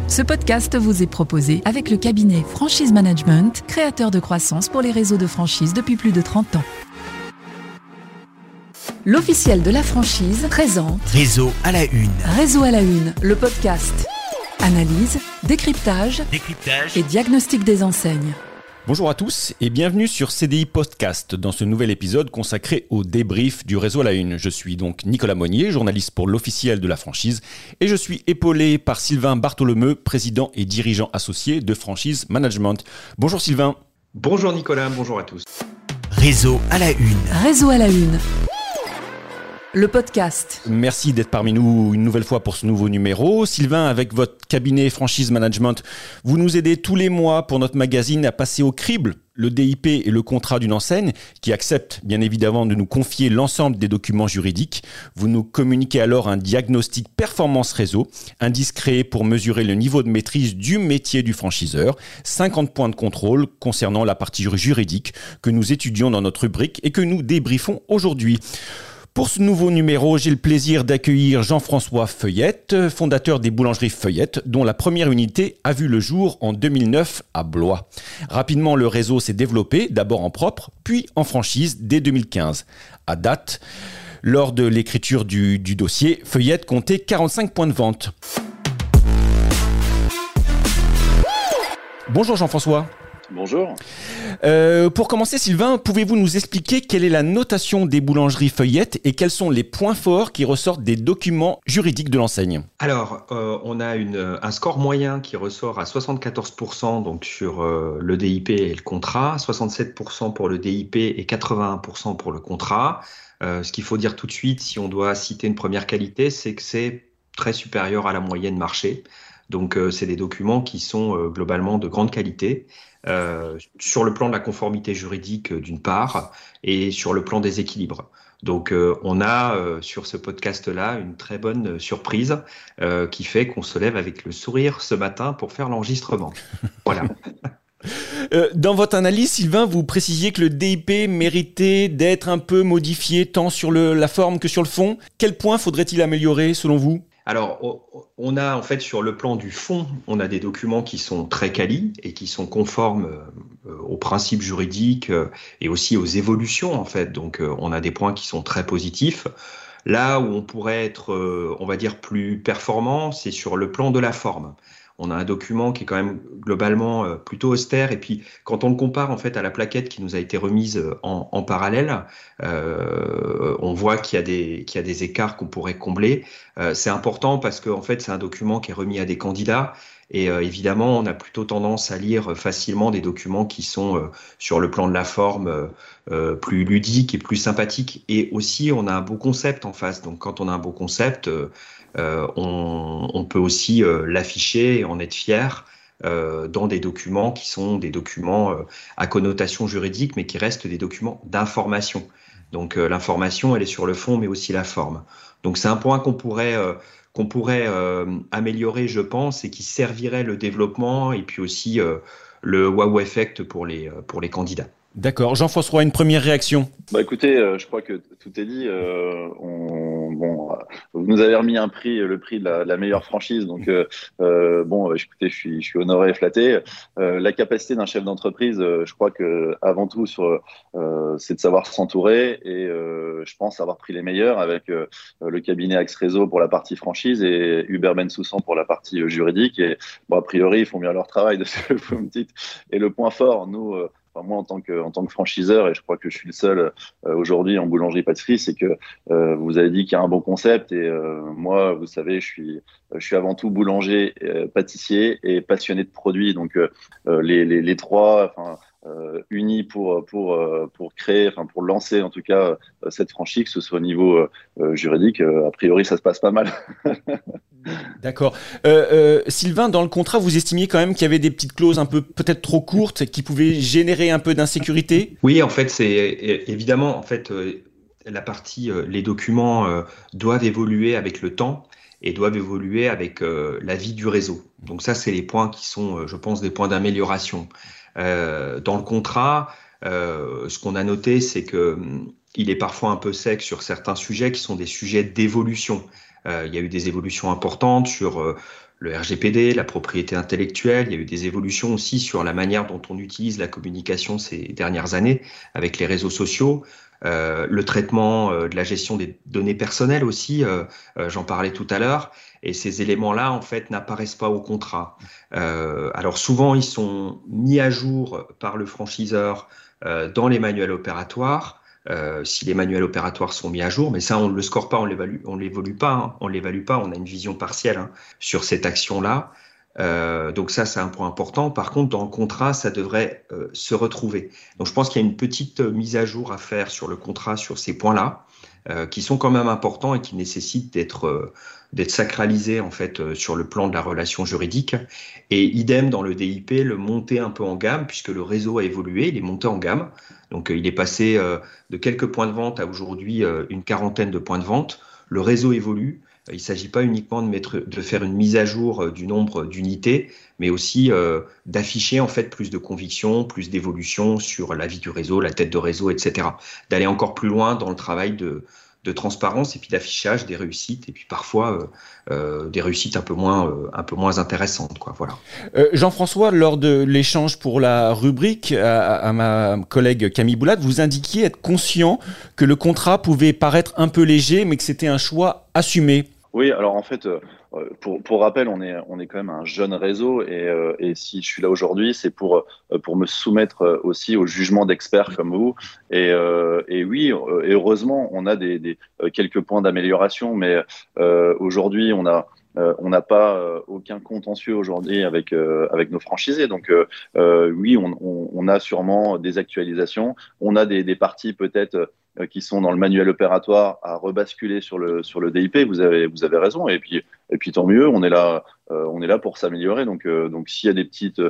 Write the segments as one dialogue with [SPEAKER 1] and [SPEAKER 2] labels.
[SPEAKER 1] Ce podcast vous est proposé avec le cabinet Franchise Management, créateur de croissance pour les réseaux de franchise depuis plus de 30 ans. L'officiel de la franchise présente
[SPEAKER 2] Réseau à la une.
[SPEAKER 1] Réseau à la une, le podcast. Analyse, décryptage et diagnostic des enseignes.
[SPEAKER 3] Bonjour à tous et bienvenue sur CDI Podcast dans ce nouvel épisode consacré au débrief du Réseau à la une. Je suis donc Nicolas Monnier, journaliste pour l'officiel de la franchise et je suis épaulé par Sylvain Bartholomeu, président et dirigeant associé de Franchise Management. Bonjour Sylvain.
[SPEAKER 4] Bonjour Nicolas, bonjour à tous.
[SPEAKER 2] Réseau à la une.
[SPEAKER 1] Réseau à la une. Le podcast.
[SPEAKER 3] Merci d'être parmi nous une nouvelle fois pour ce nouveau numéro. Sylvain, avec votre cabinet Franchise Management, vous nous aidez tous les mois pour notre magazine à passer au crible le DIP et le contrat d'une enseigne qui accepte bien évidemment de nous confier l'ensemble des documents juridiques. Vous nous communiquez alors un diagnostic performance réseau, indice créé pour mesurer le niveau de maîtrise du métier du franchiseur, 50 points de contrôle concernant la partie juridique que nous étudions dans notre rubrique et que nous débriefons aujourd'hui. Pour ce nouveau numéro, j'ai le plaisir d'accueillir Jean-François Feuillette, fondateur des boulangeries Feuillette, dont la première unité a vu le jour en 2009 à Blois. Rapidement, le réseau s'est développé, d'abord en propre, puis en franchise dès 2015. À date, lors de l'écriture du dossier, Feuillette comptait 45 points de vente. Bonjour Jean-François.
[SPEAKER 5] Bonjour.
[SPEAKER 3] Pour commencer, Sylvain, pouvez-vous nous expliquer quelle est la notation des boulangeries Feuillette et quels sont les points forts qui ressortent des documents juridiques de l'enseigne ?
[SPEAKER 4] Alors, on a un score moyen qui ressort à 74% donc sur le DIP et le contrat, 67% pour le DIP et 81% pour le contrat. Ce qu'il faut dire tout de suite, si on doit citer une première qualité, c'est que c'est très supérieur à la moyenne marché. Donc, c'est des documents qui sont globalement de grande qualité. Sur le plan de la conformité juridique d'une part et sur le plan des équilibres. Donc on a sur ce podcast-là une très bonne surprise qui fait qu'on se lève avec le sourire ce matin pour faire l'enregistrement. Voilà.
[SPEAKER 3] Dans votre analyse, Sylvain, vous précisiez que le DIP méritait d'être un peu modifié tant sur la forme que sur le fond. Quel point faudrait-il améliorer selon vous ?
[SPEAKER 4] Alors, on a en fait sur le plan du fond, on a des documents qui sont très quali et qui sont conformes aux principes juridiques et aussi aux évolutions en fait. Donc, on a des points qui sont très positifs. Là où on pourrait être, on va dire, plus performant, c'est sur le plan de la forme. On a un document qui est quand même globalement plutôt austère. Et puis, quand on le compare en fait à la plaquette qui nous a été remise en parallèle, on voit qu'il y a des écarts qu'on pourrait combler. C'est important parce que en fait, c'est un document qui est remis à des candidats. Et évidemment, on a plutôt tendance à lire facilement des documents qui sont sur le plan de la forme plus ludiques et plus sympathiques. Et aussi, on a un beau concept en face. Donc, quand on a un beau concept, on peut aussi l'afficher et en être fier dans des documents qui sont des documents à connotation juridique, mais qui restent des documents d'information. Donc, l'information, elle est sur le fond, mais aussi la forme. Donc, c'est un point qu'on pourrait améliorer, je pense, et qui servirait le développement et puis aussi le wow effect pour les candidats.
[SPEAKER 3] D'accord. Jean-François, une première réaction ?
[SPEAKER 5] Écoutez, je crois que tout est dit. Vous nous avez remis le prix de la meilleure franchise. Donc, écoutez, je suis honoré et flatté. La capacité d'un chef d'entreprise, je crois que avant tout, c'est de savoir s'entourer. Et je pense avoir pris les meilleurs avec le cabinet Axe Réseau pour la partie franchise et Hubert Bensoussan pour la partie juridique. Et a priori, ils font bien leur travail de ce que vous me dites. Et le point fort, nous. Moi, en tant que franchiseur, et je crois que je suis le seul aujourd'hui en boulangerie-pâtisserie, c'est que vous avez dit qu'il y a un bon concept. Et moi, vous savez, je suis avant tout boulanger, pâtissier et passionné de produits. Donc, les trois, unis pour créer, pour lancer en tout cas cette franchise, que ce soit au niveau juridique, a priori, ça se passe pas mal.
[SPEAKER 3] D'accord. Sylvain, dans le contrat, vous estimiez quand même qu'il y avait des petites clauses un peu peut-être trop courtes qui pouvaient générer un peu d'insécurité ?
[SPEAKER 4] Oui, en fait, c'est évidemment en fait la partie les documents doivent évoluer avec le temps et doivent évoluer avec la vie du réseau. Donc ça, c'est les points qui sont, je pense, des points d'amélioration. Dans le contrat, ce qu'on a noté, c'est que il est parfois un peu sec sur certains sujets qui sont des sujets d'évolution. Il y a eu des évolutions importantes sur le RGPD, la propriété intellectuelle. Il y a eu des évolutions aussi sur la manière dont on utilise la communication ces dernières années avec les réseaux sociaux. Le traitement de la gestion des données personnelles aussi, j'en parlais tout à l'heure, et ces éléments-là en fait n'apparaissent pas au contrat. Alors souvent ils sont mis à jour par le franchiseur dans les manuels opératoires, si les manuels opératoires sont mis à jour, mais ça on ne le score pas, on l'évalue pas, on a une vision partielle sur cette action-là. Donc ça, c'est un point important. Par contre, dans le contrat, ça devrait se retrouver. Donc je pense qu'il y a une petite mise à jour à faire sur le contrat sur ces points-là, qui sont quand même importants et qui nécessitent d'être sacralisés en fait sur le plan de la relation juridique. Et idem dans le DIP, le monter un peu en gamme, puisque le réseau a évolué, il est monté en gamme. Donc il est passé de quelques points de vente à aujourd'hui une quarantaine de points de vente. Le réseau évolue. Il ne s'agit pas uniquement de faire une mise à jour du nombre d'unités, mais aussi d'afficher en fait plus de conviction, plus d'évolution sur la vie du réseau, la tête de réseau, etc. D'aller encore plus loin dans le travail de transparence et puis d'affichage des réussites et puis parfois des réussites un peu moins intéressantes, quoi. Voilà.
[SPEAKER 3] Jean-François, lors de l'échange pour la rubrique à ma collègue Camille Boulade, vous indiquiez être conscient que le contrat pouvait paraître un peu léger, mais que c'était un choix assumé.
[SPEAKER 5] Oui, alors en fait, pour rappel, on est quand même un jeune réseau et si je suis là aujourd'hui, c'est pour me soumettre aussi au jugement d'experts comme vous. Et oui, et heureusement, on a des quelques points d'amélioration, mais aujourd'hui, on n'a pas aucun contentieux aujourd'hui avec nos franchisés. Donc oui, on a sûrement des actualisations. On a des parties peut-être qui sont dans le manuel opératoire à rebasculer sur le DIP. Vous avez raison. Et puis tant mieux. On est là pour s'améliorer. Donc s'il y a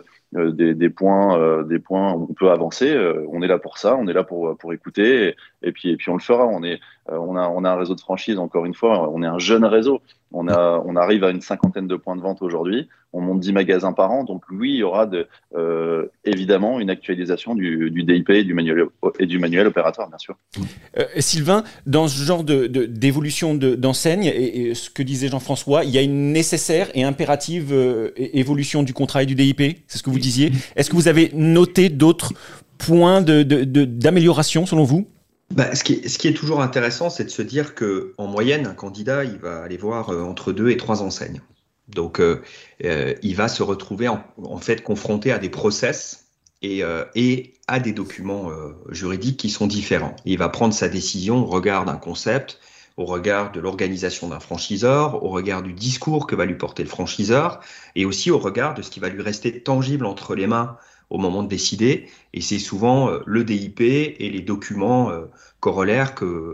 [SPEAKER 5] des points où on peut avancer, on est là pour ça. On est là pour écouter. Et puis on le fera. On a un réseau de franchise. Encore une fois, on est un jeune réseau. On arrive à une 50aine de points de vente aujourd'hui. On monte 10 magasins par an. Donc oui, il y aura évidemment une actualisation du DIP et du manuel opératoire, bien sûr.
[SPEAKER 3] Sylvain, dans ce genre d'évolution d'enseigne, et ce que disait Jean-François, il y a une nécessaire et impérative évolution du contrat et du DIP. C'est ce que vous disiez. Est-ce que vous avez noté d'autres points d'amélioration selon vous ?
[SPEAKER 4] Ce qui est toujours intéressant, c'est de se dire qu'en moyenne, un candidat, il va aller voir entre 2 et 3 enseignes. Donc, il va se retrouver en fait confronté à des process et à des documents juridiques qui sont différents. Il va prendre sa décision au regard d'un concept, au regard de l'organisation d'un franchiseur, au regard du discours que va lui porter le franchiseur et aussi au regard de ce qui va lui rester tangible entre les mains au moment de décider, et c'est souvent le DIP et les documents corollaires que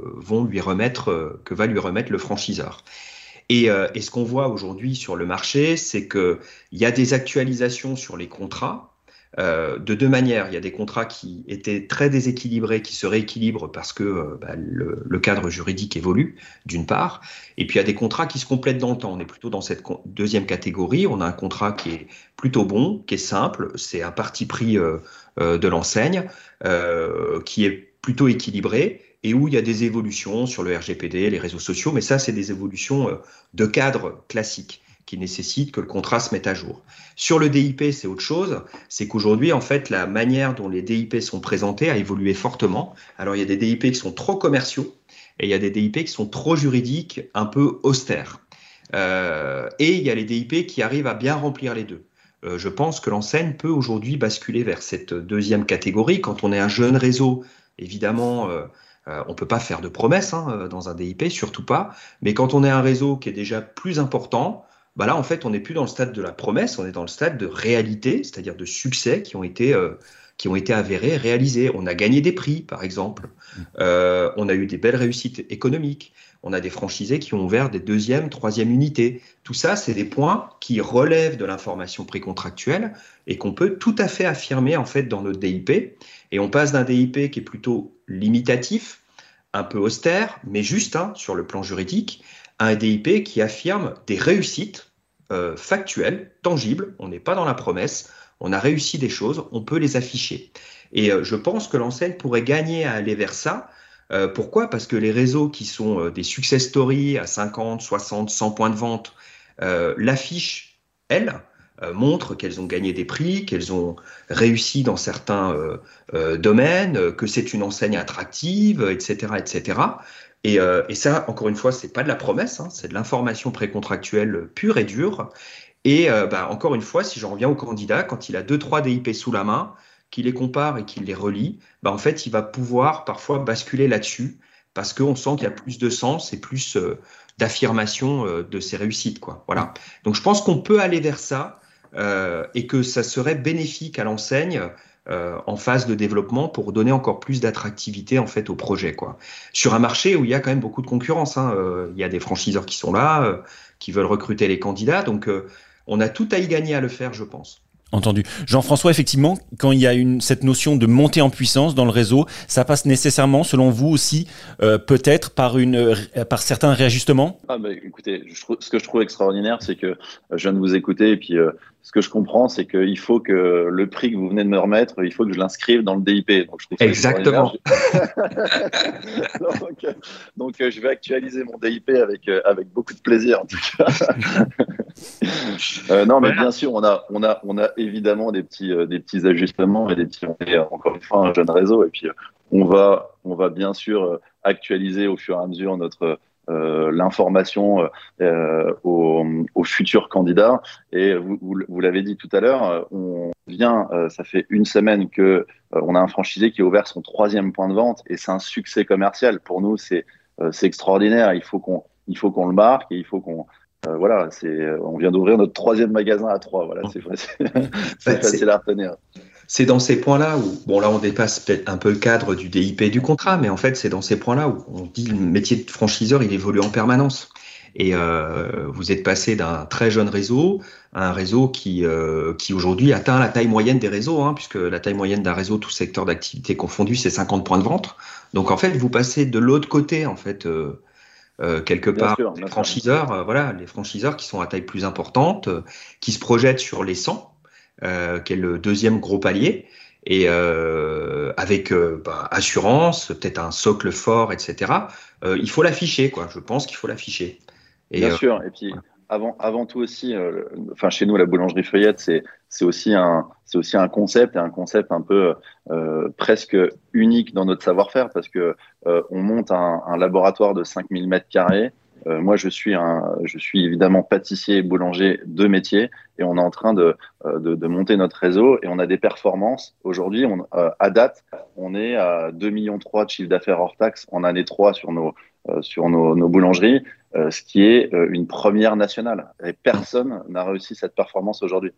[SPEAKER 4] va lui remettre le franchiseur. Et ce qu'on voit aujourd'hui sur le marché, c'est qu'il y a des actualisations sur les contrats de deux manières. Il y a des contrats qui étaient très déséquilibrés, qui se rééquilibrent parce que le cadre juridique évolue, d'une part. Et puis il y a des contrats qui se complètent dans le temps. On est plutôt dans cette deuxième catégorie. On a un contrat qui est plutôt bon, qui est simple. C'est un parti pris de l'enseigne qui est plutôt équilibré et où il y a des évolutions sur le RGPD, les réseaux sociaux. Mais ça, c'est des évolutions de cadre classique qui nécessite que le contrat se mette à jour. Sur le DIP, c'est autre chose. C'est qu'aujourd'hui, en fait, la manière dont les DIP sont présentés a évolué fortement. Alors, il y a des DIP qui sont trop commerciaux et il y a des DIP qui sont trop juridiques, un peu austères. Et il y a les DIP qui arrivent à bien remplir les deux. Je pense que l'enseigne peut aujourd'hui basculer vers cette deuxième catégorie. Quand on est un jeune réseau, évidemment, on ne peut pas faire de promesses dans un DIP, surtout pas. Mais quand on est un réseau qui est déjà plus important, là, en fait, on n'est plus dans le stade de la promesse, on est dans le stade de réalité, c'est-à-dire de succès qui ont été avérés, réalisés. On a gagné des prix, par exemple. On a eu des belles réussites économiques. On a des franchisés qui ont ouvert des deuxième, troisième unités. Tout ça, c'est des points qui relèvent de l'information précontractuelle et qu'on peut tout à fait affirmer, en fait, dans notre DIP. Et on passe d'un DIP qui est plutôt limitatif, un peu austère, mais juste sur le plan juridique, à un DIP qui affirme des réussites factuelles, tangibles. On n'est pas dans la promesse, on a réussi des choses, on peut les afficher. Et je pense que l'enseigne pourrait gagner à aller vers ça. Pourquoi ? Parce que les réseaux qui sont des success stories à 50, 60, 100 points de vente l'affichent elles, montrent qu'elles ont gagné des prix, qu'elles ont réussi dans certains domaines, que c'est une enseigne attractive, etc., etc. Et ça, encore une fois, c'est pas de la promesse, hein, c'est de l'information précontractuelle pure et dure. Et encore une fois, si j'en reviens au candidat, quand il a 2-3 DIP sous la main, qu'il les compare et qu'il les relie, en fait, il va pouvoir parfois basculer là-dessus parce qu'on sent qu'il y a plus de sens et plus d'affirmation de ses réussites, quoi. Voilà. Donc, je pense qu'on peut aller vers ça et que ça serait bénéfique à l'enseigne en phase de développement pour donner encore plus d'attractivité en fait au projet, quoi. Sur un marché où il y a quand même beaucoup de concurrence, hein. Il y a des franchiseurs qui sont là, qui veulent recruter les candidats, donc on a tout à y gagner à le faire, je pense.
[SPEAKER 3] Entendu. Jean-François, effectivement, quand il y a cette notion de montée en puissance dans le réseau, ça passe nécessairement, selon vous aussi, peut-être par certains réajustements ?
[SPEAKER 5] Écoutez, ce que je trouve extraordinaire, c'est que je viens de vous écouter et puis ce que je comprends, c'est qu'il faut que le prix que vous venez de me remettre, il faut que je l'inscrive dans le DIP. Donc, je trouve
[SPEAKER 4] exactement.
[SPEAKER 5] donc, je vais actualiser mon DIP avec beaucoup de plaisir, en tout cas. Non, mais bien sûr, on a évidemment des petits ajustements et on est encore une fois un jeune réseau et puis on va bien sûr actualiser au fur et à mesure l'information aux futurs candidats. Et vous l'avez dit tout à l'heure, ça fait une semaine que on a un franchisé qui a ouvert son 3e point de vente et c'est un succès commercial. Pour nous, c'est extraordinaire. Il faut qu'on le marque et il faut qu'on on vient d'ouvrir notre 3e magasin à 3. Voilà, c'est facile à retenir.
[SPEAKER 4] C'est dans ces points-là où, là on dépasse peut-être un peu le cadre du DIP et du contrat, mais en fait c'est dans ces points-là où on dit le métier de franchiseur il évolue en permanence. Et vous êtes passé d'un très jeune réseau à un réseau qui aujourd'hui atteint la taille moyenne des réseaux, hein, puisque la taille moyenne d'un réseau, tout secteur d'activité confondu, c'est 50 points de vente. Donc en fait vous passez de l'autre côté en fait. Quelque part, les franchiseurs, les franchiseurs qui sont à taille plus importante, qui se projettent sur les 100, qui est le 2e gros palier, et avec assurance, peut-être un socle fort, etc. Il faut l'afficher, quoi. Je pense qu'il faut l'afficher.
[SPEAKER 5] Bien sûr. Et puis avant tout aussi, chez nous, la boulangerie Feuillette, c'est aussi un concept, et un concept un peu presque unique dans notre savoir-faire, parce que on monte un laboratoire de 5000 mètres carrés. Moi, je suis évidemment pâtissier et boulanger de métier, et on est en train de monter notre réseau, et on a des performances. Aujourd'hui, à date, on est à 2,3 millions de chiffre d'affaires hors taxe en année 3 sur nos boulangeries, ce qui est une première nationale. Et personne n'a réussi cette performance aujourd'hui.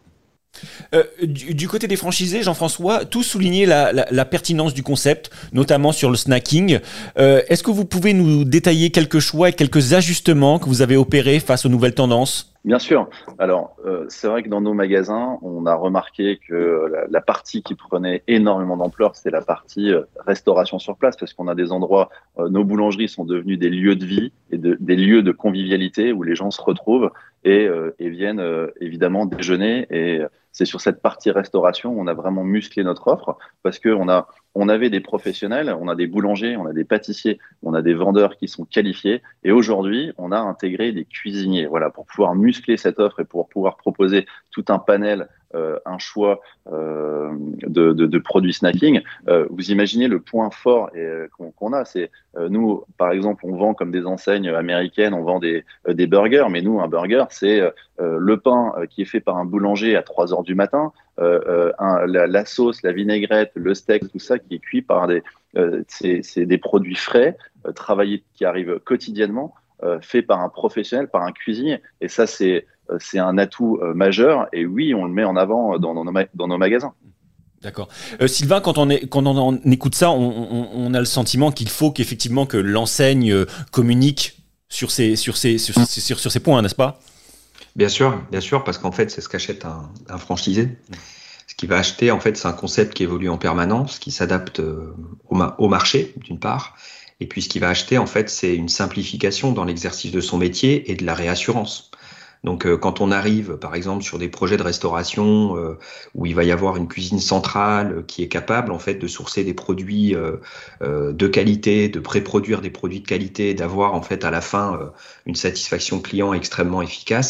[SPEAKER 3] Du côté des franchisés, Jean-François, tout souligner la pertinence du concept, notamment sur le snacking. Est-ce que vous pouvez nous détailler quelques choix et quelques ajustements que vous avez opérés face aux nouvelles tendances ?
[SPEAKER 5] Bien sûr. Alors, c'est vrai que dans nos magasins, on a remarqué que la partie qui prenait énormément d'ampleur, c'est la partie restauration sur place, parce qu'on a des endroits, nos boulangeries sont devenues des lieux de vie et des lieux de convivialité où les gens se retrouvent et viennent évidemment déjeuner. Et c'est sur cette partie restauration où on a vraiment musclé notre offre, parce que on avait des professionnels, on a des boulangers, on a des pâtissiers, on a des vendeurs qui sont qualifiés. Et aujourd'hui, on a intégré des cuisiniers, pour pouvoir muscler cette offre et pour pouvoir proposer tout un panel, un choix de produits snacking. Vous imaginez le point fort qu'on a, c'est nous, par exemple, on vend comme des enseignes américaines, on vend des burgers, mais nous, un burger, c'est le pain qui est fait par un boulanger à 3h du matin, la sauce, la vinaigrette, le steak, tout ça qui est cuit par c'est des produits frais, travaillés, qui arrivent quotidiennement, faits par un professionnel, par un cuisinier. Et ça, c'est un atout majeur. Et oui, on le met en avant dans nos magasins.
[SPEAKER 3] D'accord. Sylvain, quand on écoute ça, on a le sentiment qu'il faut qu'effectivement que l'enseigne communique sur ces points, n'est-ce pas ?
[SPEAKER 4] Bien sûr, parce qu'en fait, c'est ce qu'achète un franchisé. Ce qu'il va acheter, en fait, c'est un concept qui évolue en permanence, qui s'adapte au marché, d'une part. Et puis, ce qu'il va acheter, en fait, c'est une simplification dans l'exercice de son métier et de la réassurance. Donc, quand on arrive, par exemple, sur des projets de restauration où il va y avoir une cuisine centrale qui est capable, en fait, de sourcer des produits de qualité, de pré-produire des produits de qualité, d'avoir, en fait, à la fin, une satisfaction client extrêmement efficace,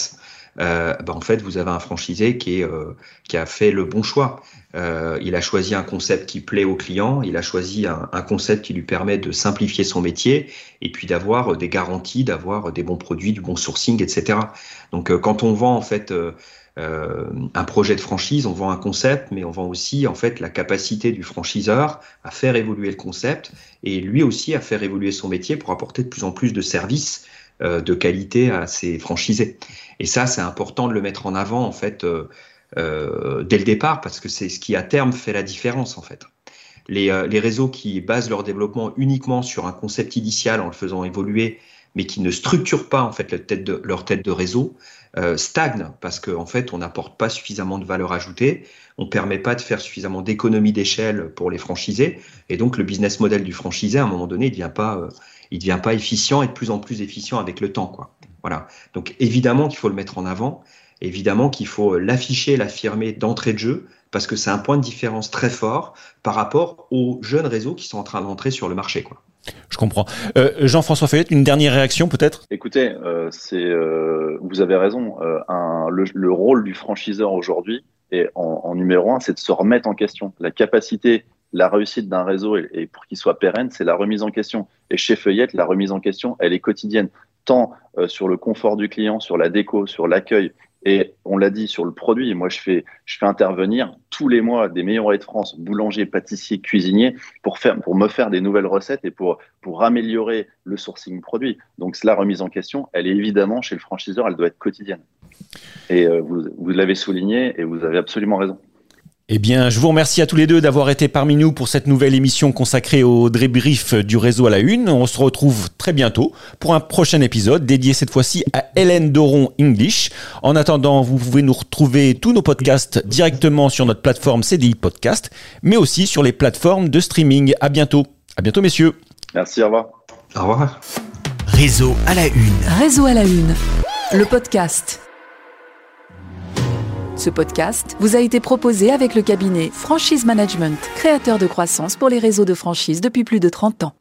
[SPEAKER 4] en fait, vous avez un franchisé qui a fait le bon choix. Il a choisi un concept qui plaît au client, il a choisi un concept qui lui permet de simplifier son métier et puis d'avoir des garanties, d'avoir des bons produits, du bon sourcing, etc. Donc, quand on vend en fait un projet de franchise, on vend un concept, mais on vend aussi en fait la capacité du franchiseur à faire évoluer le concept et lui aussi à faire évoluer son métier pour apporter de plus en plus de services de qualité à ses franchisés. Et ça, c'est important de le mettre en avant en fait dès le départ parce que c'est ce qui à terme fait la différence en fait. Les réseaux qui basent leur développement uniquement sur un concept initial en le faisant évoluer, mais qui ne structurent pas en fait leur tête de réseau, stagnent parce qu'en fait on n'apporte pas suffisamment de valeur ajoutée, on ne permet pas de faire suffisamment d'économies d'échelle pour les franchisés, et donc le business model du franchisé à un moment donné il devient pas efficient et de plus en plus efficient avec le temps, quoi. Voilà. Donc évidemment qu'il faut le mettre en avant, évidemment qu'il faut l'afficher, l'affirmer d'entrée de jeu, parce que c'est un point de différence très fort par rapport aux jeunes réseaux qui sont en train d'entrer sur le marché, quoi.
[SPEAKER 3] Je comprends. Jean-François Fayette, une dernière réaction peut-être ?
[SPEAKER 5] Écoutez, vous avez raison. Le rôle du franchiseur aujourd'hui, en numéro 1, c'est de se remettre en question. La capacité, la réussite d'un réseau, et pour qu'il soit pérenne, c'est la remise en question. Et chez Fayette, la remise en question, elle est quotidienne, tant sur le confort du client, sur la déco, sur l'accueil. Et on l'a dit sur le produit, moi je fais intervenir tous les mois des meilleurs de France, boulangers, pâtissiers, cuisiniers, pour me faire des nouvelles recettes et pour améliorer le sourcing produit. Donc la remise en question, elle est évidemment chez le franchiseur, elle doit être quotidienne. Et vous l'avez souligné et vous avez absolument raison.
[SPEAKER 3] Eh bien, je vous remercie à tous les deux d'avoir été parmi nous pour cette nouvelle émission consacrée au débrief du réseau à la une. On se retrouve très bientôt pour un prochain épisode dédié cette fois-ci à Hélène Doron English. En attendant, vous pouvez nous retrouver tous nos podcasts directement sur notre plateforme CDI Podcast, mais aussi sur les plateformes de streaming. À bientôt. À bientôt, messieurs.
[SPEAKER 5] Merci, au revoir.
[SPEAKER 4] Au revoir.
[SPEAKER 2] Réseau à la une.
[SPEAKER 1] Réseau à la une, le podcast. Ce podcast vous a été proposé avec le cabinet Franchise Management, créateur de croissance pour les réseaux de franchise depuis plus de 30 ans.